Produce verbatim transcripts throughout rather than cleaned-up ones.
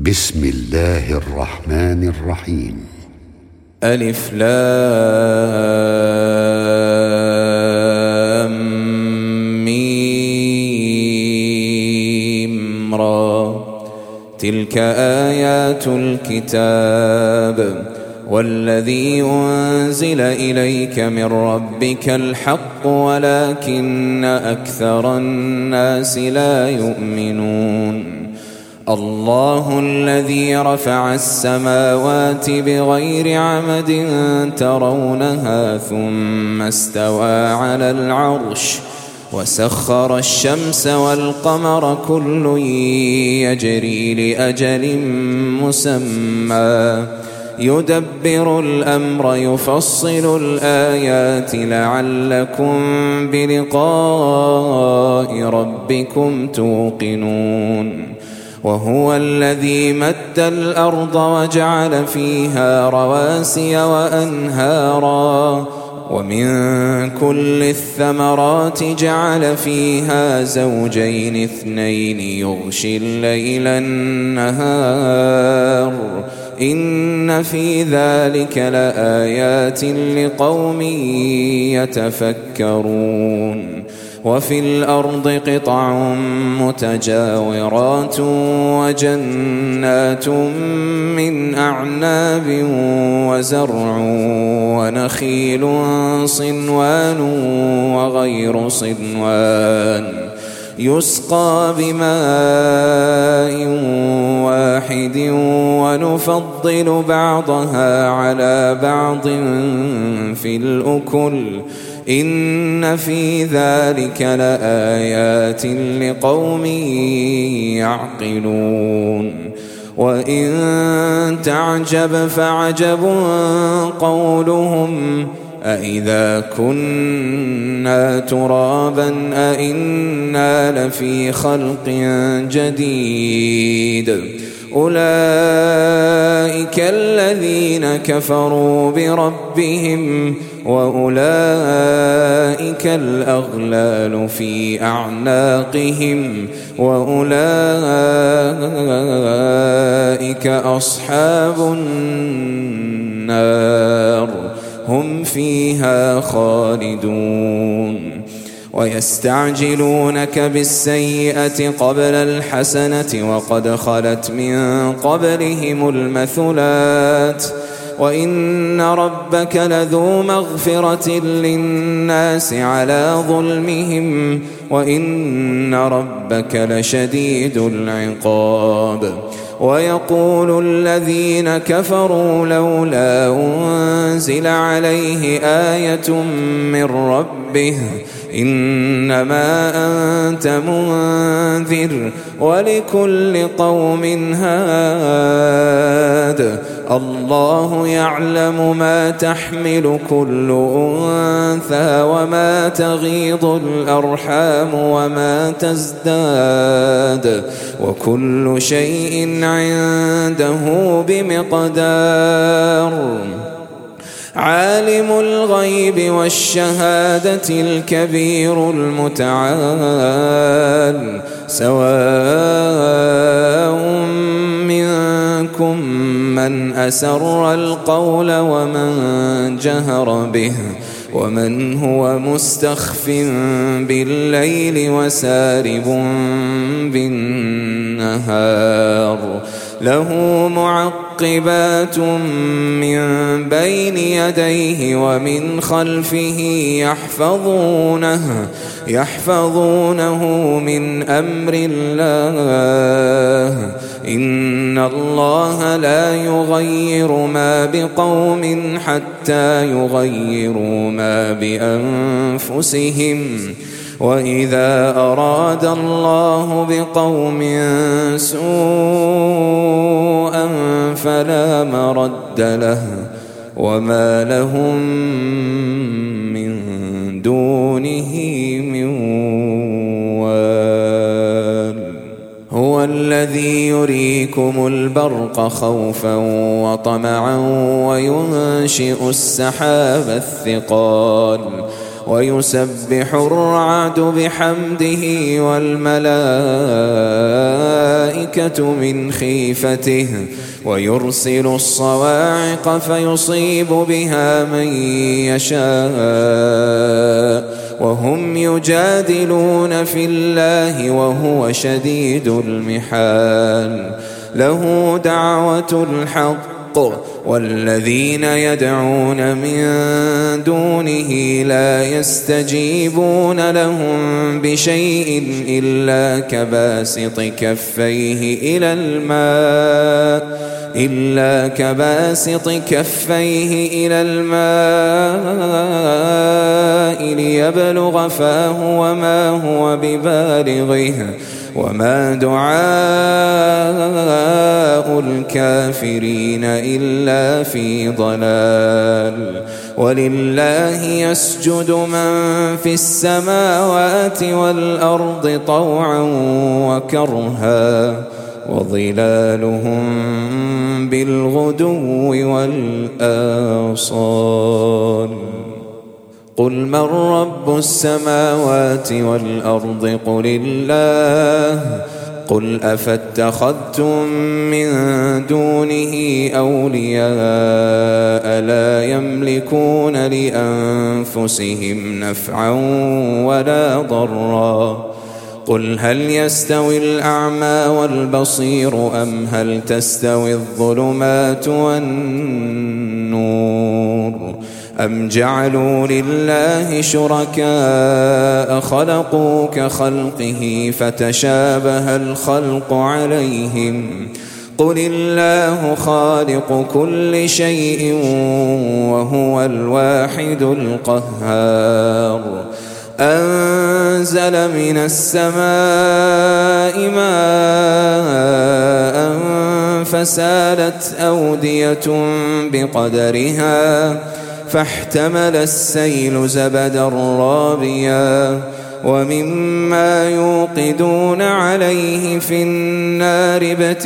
بسم الله الرحمن الرحيم. ألف لام ميم را. تلك آيات الكتاب والذي أنزل إليك من ربك الحق ولكن أكثر الناس لا يؤمنون. الله الذي رفع السماوات بغير عمد ترونها ثم استوى على العرش وسخر الشمس والقمر كل يجري لأجل مسمى يدبر الأمر يفصل الآيات لعلكم بلقاء ربكم توقنون. وهو الذي مد الأرض وجعل فيها رواسي وأنهارا ومن كل الثمرات جعل فيها زوجين اثنين يغشي الليل النهار إن في ذلك لآيات لقوم يتفكرون. وفي الأرض قطع متجاورات وجنات من أعناب وزرع ونخيل صنوان وغير صنوان يسقى بماء واحد ونفضل بعضها على بعض في الأكل إن في ذلك لآيات لقوم يعقلون. وإن تعجب فعجب قولهم أإذا كنا ترابا أإنا لفي خلق جديد أولئك الذين كفروا بربهم وأولئك الأغلال في أعناقهم وأولئك أصحاب النار هم فيها خالدون. ويستعجلونك بالسيئة قبل الحسنة وقد خلت من قبلهم المثلات وإن ربك لذو مغفرة للناس على ظلمهم وإن ربك لشديد العقاب. ويقول الذين كفروا لولا أنزل عليه آية من ربه إنما أنت منذر ولكل قوم هاد الله يعلم ما تحمل كل أنثى وما تغيض الأرحام وما تزداد وكل شيء عنده بمقدار. عالم الغيب والشهادة الكبير المتعال سواء منكم من أسر القول ومن جهر به ومن هو مستخف بالليل وسارب بالنهار له معقبات من بين يديه ومن خلفه يحفظونه يحفظونه من أمر الله إن الله لا يغير ما بقوم حتى يغيروا ما بأنفسهم وإذا أراد الله بقوم سوءا فلا مرد له وما لهم من دونه من وال. هو الذي يريكم البرق خوفا وطمعا وينشئ السحاب الثقال ويسبح الرعد بحمده والملائكة من خيفته ويرسل الصواعق فيصيب بها من يشاء وهم يجادلون في الله وهو شديد المحال له دعوة الحق والذين يدعون من دونه لا يستجيبون لهم بشيء إلا كباسط كفيه إلى الماء إلا كباسط كفيه إلى الماء ليبلغ فاه وما هو ببالغه وما دعاء الكافرين إلا في ضلال ولله يسجد من في السماوات والأرض طوعا وكرها وظلالهم بالغدو والآصال قل من رب السماوات والأرض قل الله قل أفاتخذتم من دونه أولياء لا يملكون لأنفسهم نفعا ولا ضرا قل هل يستوي الأعمى والبصير أم هل تستوي الظلمات والنور أم جعلوا لله شركاء خلقوا كخلقه فتشابه الخلق عليهم قل الله خالق كل شيء وهو الواحد القهار أنزل من السماء ماء فسالت أودية بقدرها فاحتمل السيل زبدا رابيا ومما يوقدون عليه في النار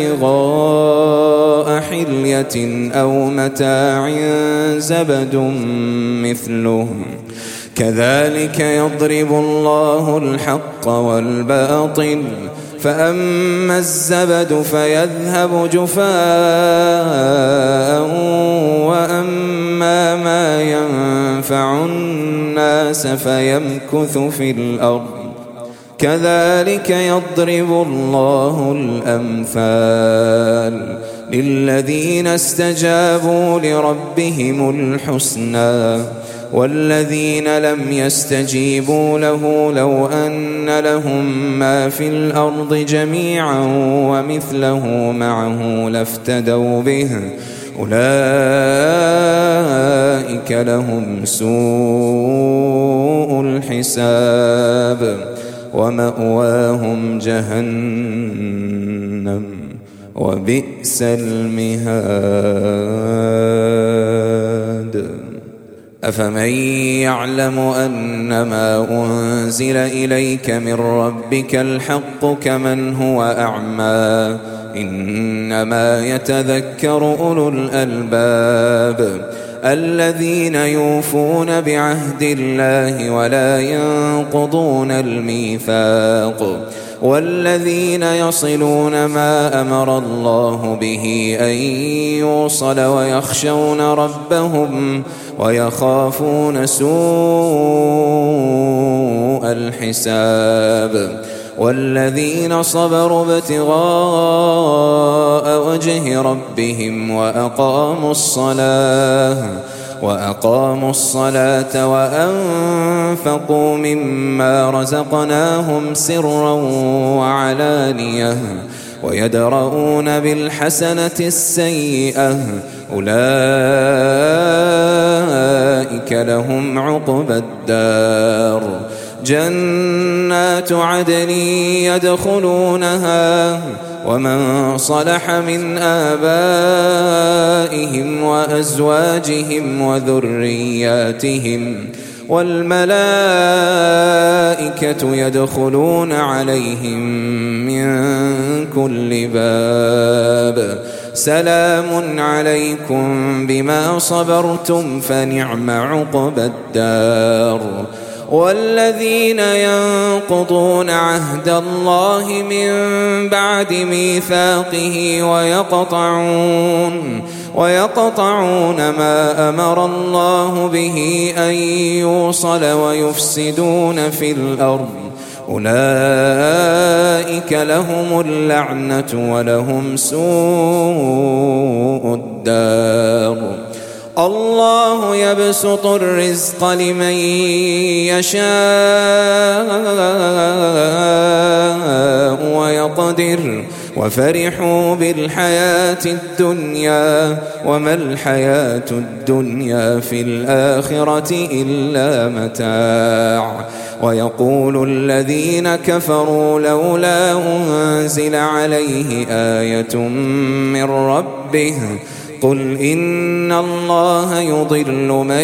ابتغاء حلية أو متاع زبد مثله كذلك يضرب الله الحق والباطل فأما الزبد فيذهب جفاء وأما ما ينفع الناس فيمكث في الأرض كذلك يضرب الله الأمثال للذين استجابوا لربهم الحسنى والذين لم يستجيبوا له لو أن لهم ما في الأرض جميعا ومثله معه لافتدوا به أولئك لهم سوء الحساب ومأواهم جهنم وبئس المهاد أفمن يعلم أنما أنزل إليك من ربك الحق كمن هو أعمى إنما يتذكر أولو الألباب الذين يوفون بعهد الله ولا ينقضون الميثاق والذين يصلون ما أمر الله به أن يوصل ويخشون ربهم ويخافون سوء الحساب والذين صبروا ابتغاء وجه ربهم وأقاموا الصلاة وأقاموا الصلاة وأنفقوا مما رزقناهم سرا وعلانية ويدرؤون بالحسنة السيئة أولئك لهم عقبى الدار جنات عدن يدخلونها ومن صلح من آبائهم وأزواجهم وذرياتهم والملائكة يدخلون عليهم من كل باب سلام عليكم بما صبرتم فنعم عقبى الدار والذين ينقضون عهد الله من بعد ميثاقه ويقطعون ويقطعون ما أمر الله به أن يوصل ويفسدون في الأرض أولئك لهم اللعنة ولهم سوء الدار. الله يبسط الرزق لمن يشاء ويقدر وفرحوا بالحياة الدنيا وما الحياة الدنيا في الآخرة إلا متاع. ويقول الذين كفروا لولا أنزل عليه آية من ربه قل إن الله يضل من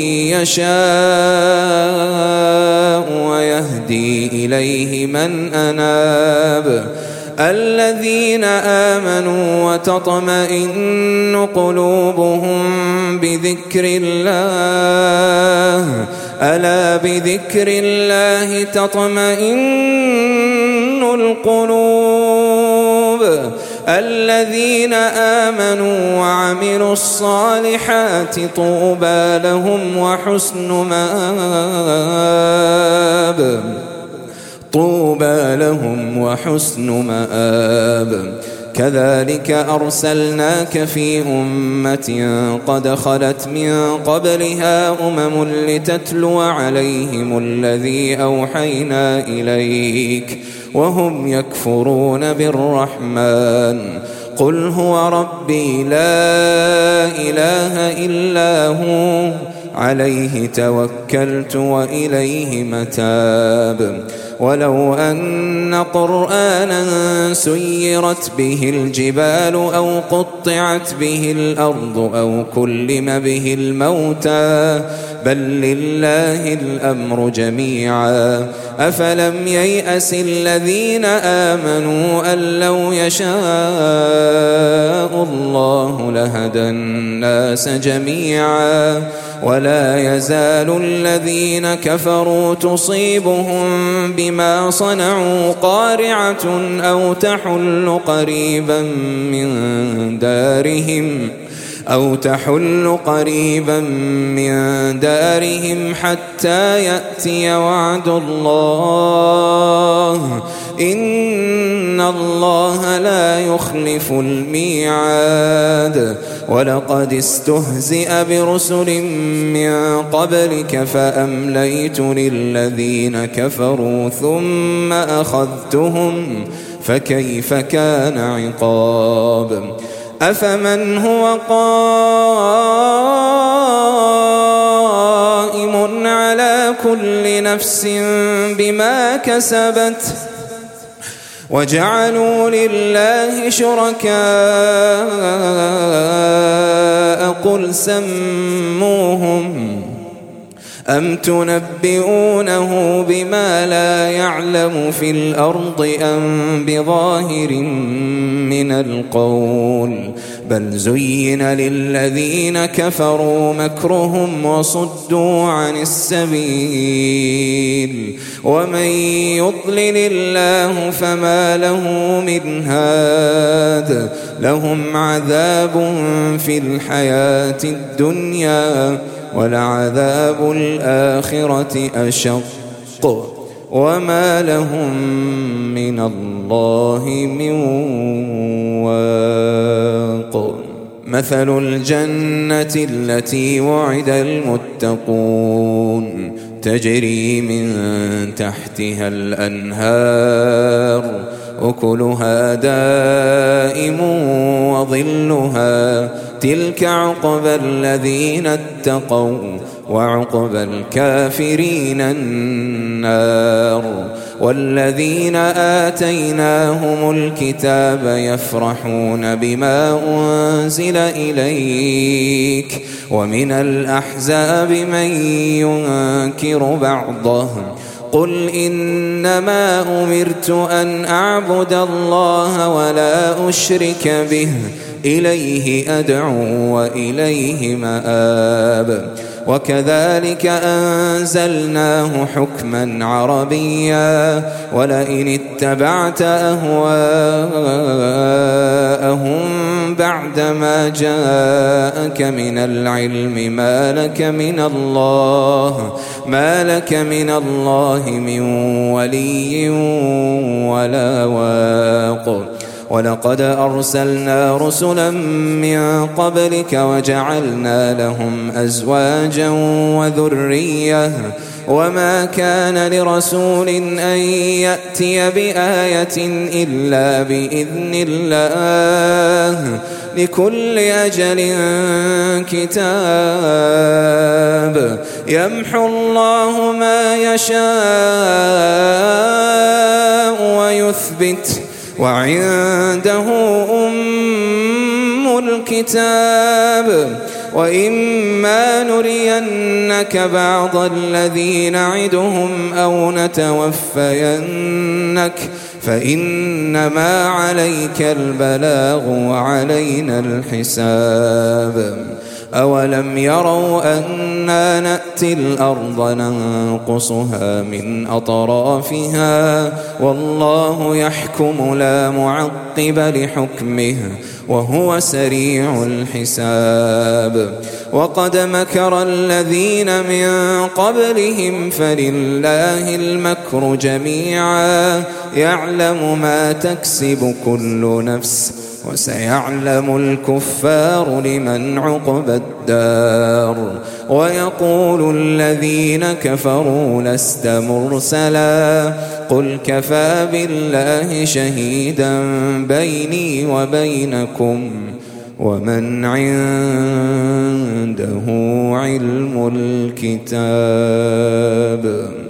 يشاء ويهدي إليه من أناب. الذين آمنوا وتطمئن قلوبهم بذكر الله ألا بذكر الله تطمئن القلوب. الذين آمنوا وعملوا الصالحات طوبى لهم وحسن مآب طوبى لهم وحسن مآب. كذلك أرسلناك في أمة قد خلت من قبلها أمم لتتلو عليهم الذي أوحينا إليك وهم يكفرون بالرحمن قل هو ربي لا إله إلا هو عليه توكلت وإليه متاب. ولو أن قرآنا سيرت به الجبال أو قطعت به الأرض أو كلم به الموتى بل لله الأمر جميعا أفلم ييأس الذين آمنوا أن لو يشاء الله لهدى الناس جميعا ولا يزال الذين كفروا تصيبهم بما صنعوا قارعة أو تحل قريبا من دارهم أو تحل قريبا من دارهم حتى يأتي وعد الله إن الله لا يخلف الميعاد. ولقد استهزئ برسل من قبلك فأمليت للذين كفروا ثم أخذتهم فكيف كان عقاب. أفمن هو قائم على كل نفس بما كسبت وجعلوا لله شركاء قل سموهم أم تنبئونه بما لا يعلم في الأرض أم بظاهر من القول بل زين للذين كفروا مكرهم وصدوا عن السبيل ومن يضلل الله فما له من هاد. لهم عذاب في الحياة الدنيا ولعذاب الآخرة أشق وما لهم من الله من واق. مثل الجنة التي وعد المتقون تجري من تحتها الأنهار أكلها دائم وظلها تلك عقبى الذين اتقوا وعقبى الكافرين النار. والذين آتيناهم الكتاب يفرحون بما أنزل إليك ومن الأحزاب من ينكر بعضه قل إنما أمرت أن أعبد الله ولا أشرك به إليه أدعو وإليه مآب. وكذلك أنزلناه حكما عربيا ولئن اتبعت أهواءهم بعدما جاءك من العلم ما لك من الله ما لك من الله من ولي ولا واق ولقد أرسلنا رسلا من قبلك وجعلنا لهم أزواجا وذرية وما كان لرسول أن يأتي بآية إلا بإذن الله لكل أجل كتاب يمحو الله ما يشاء ويثبت وعنده أم الكتاب وإما نرينك بعض الذي نعدهم أو نتوفينك فإنما عليك البلاغ وعلينا الحساب أولم يروا أنا نأتي الأرض ننقصها من أطرافها والله يحكم لا معقب لحكمه وهو سريع الحساب وقد مكر الذين من قبلهم فلله المكر جميعا يعلم ما تكسب كل نفس وسيعلم الكفار لمن عقبى الدار ويقول الذين كفروا لست مرسلا قل كفى بالله شهيدا بيني وبينكم ومن عنده علم الكتاب.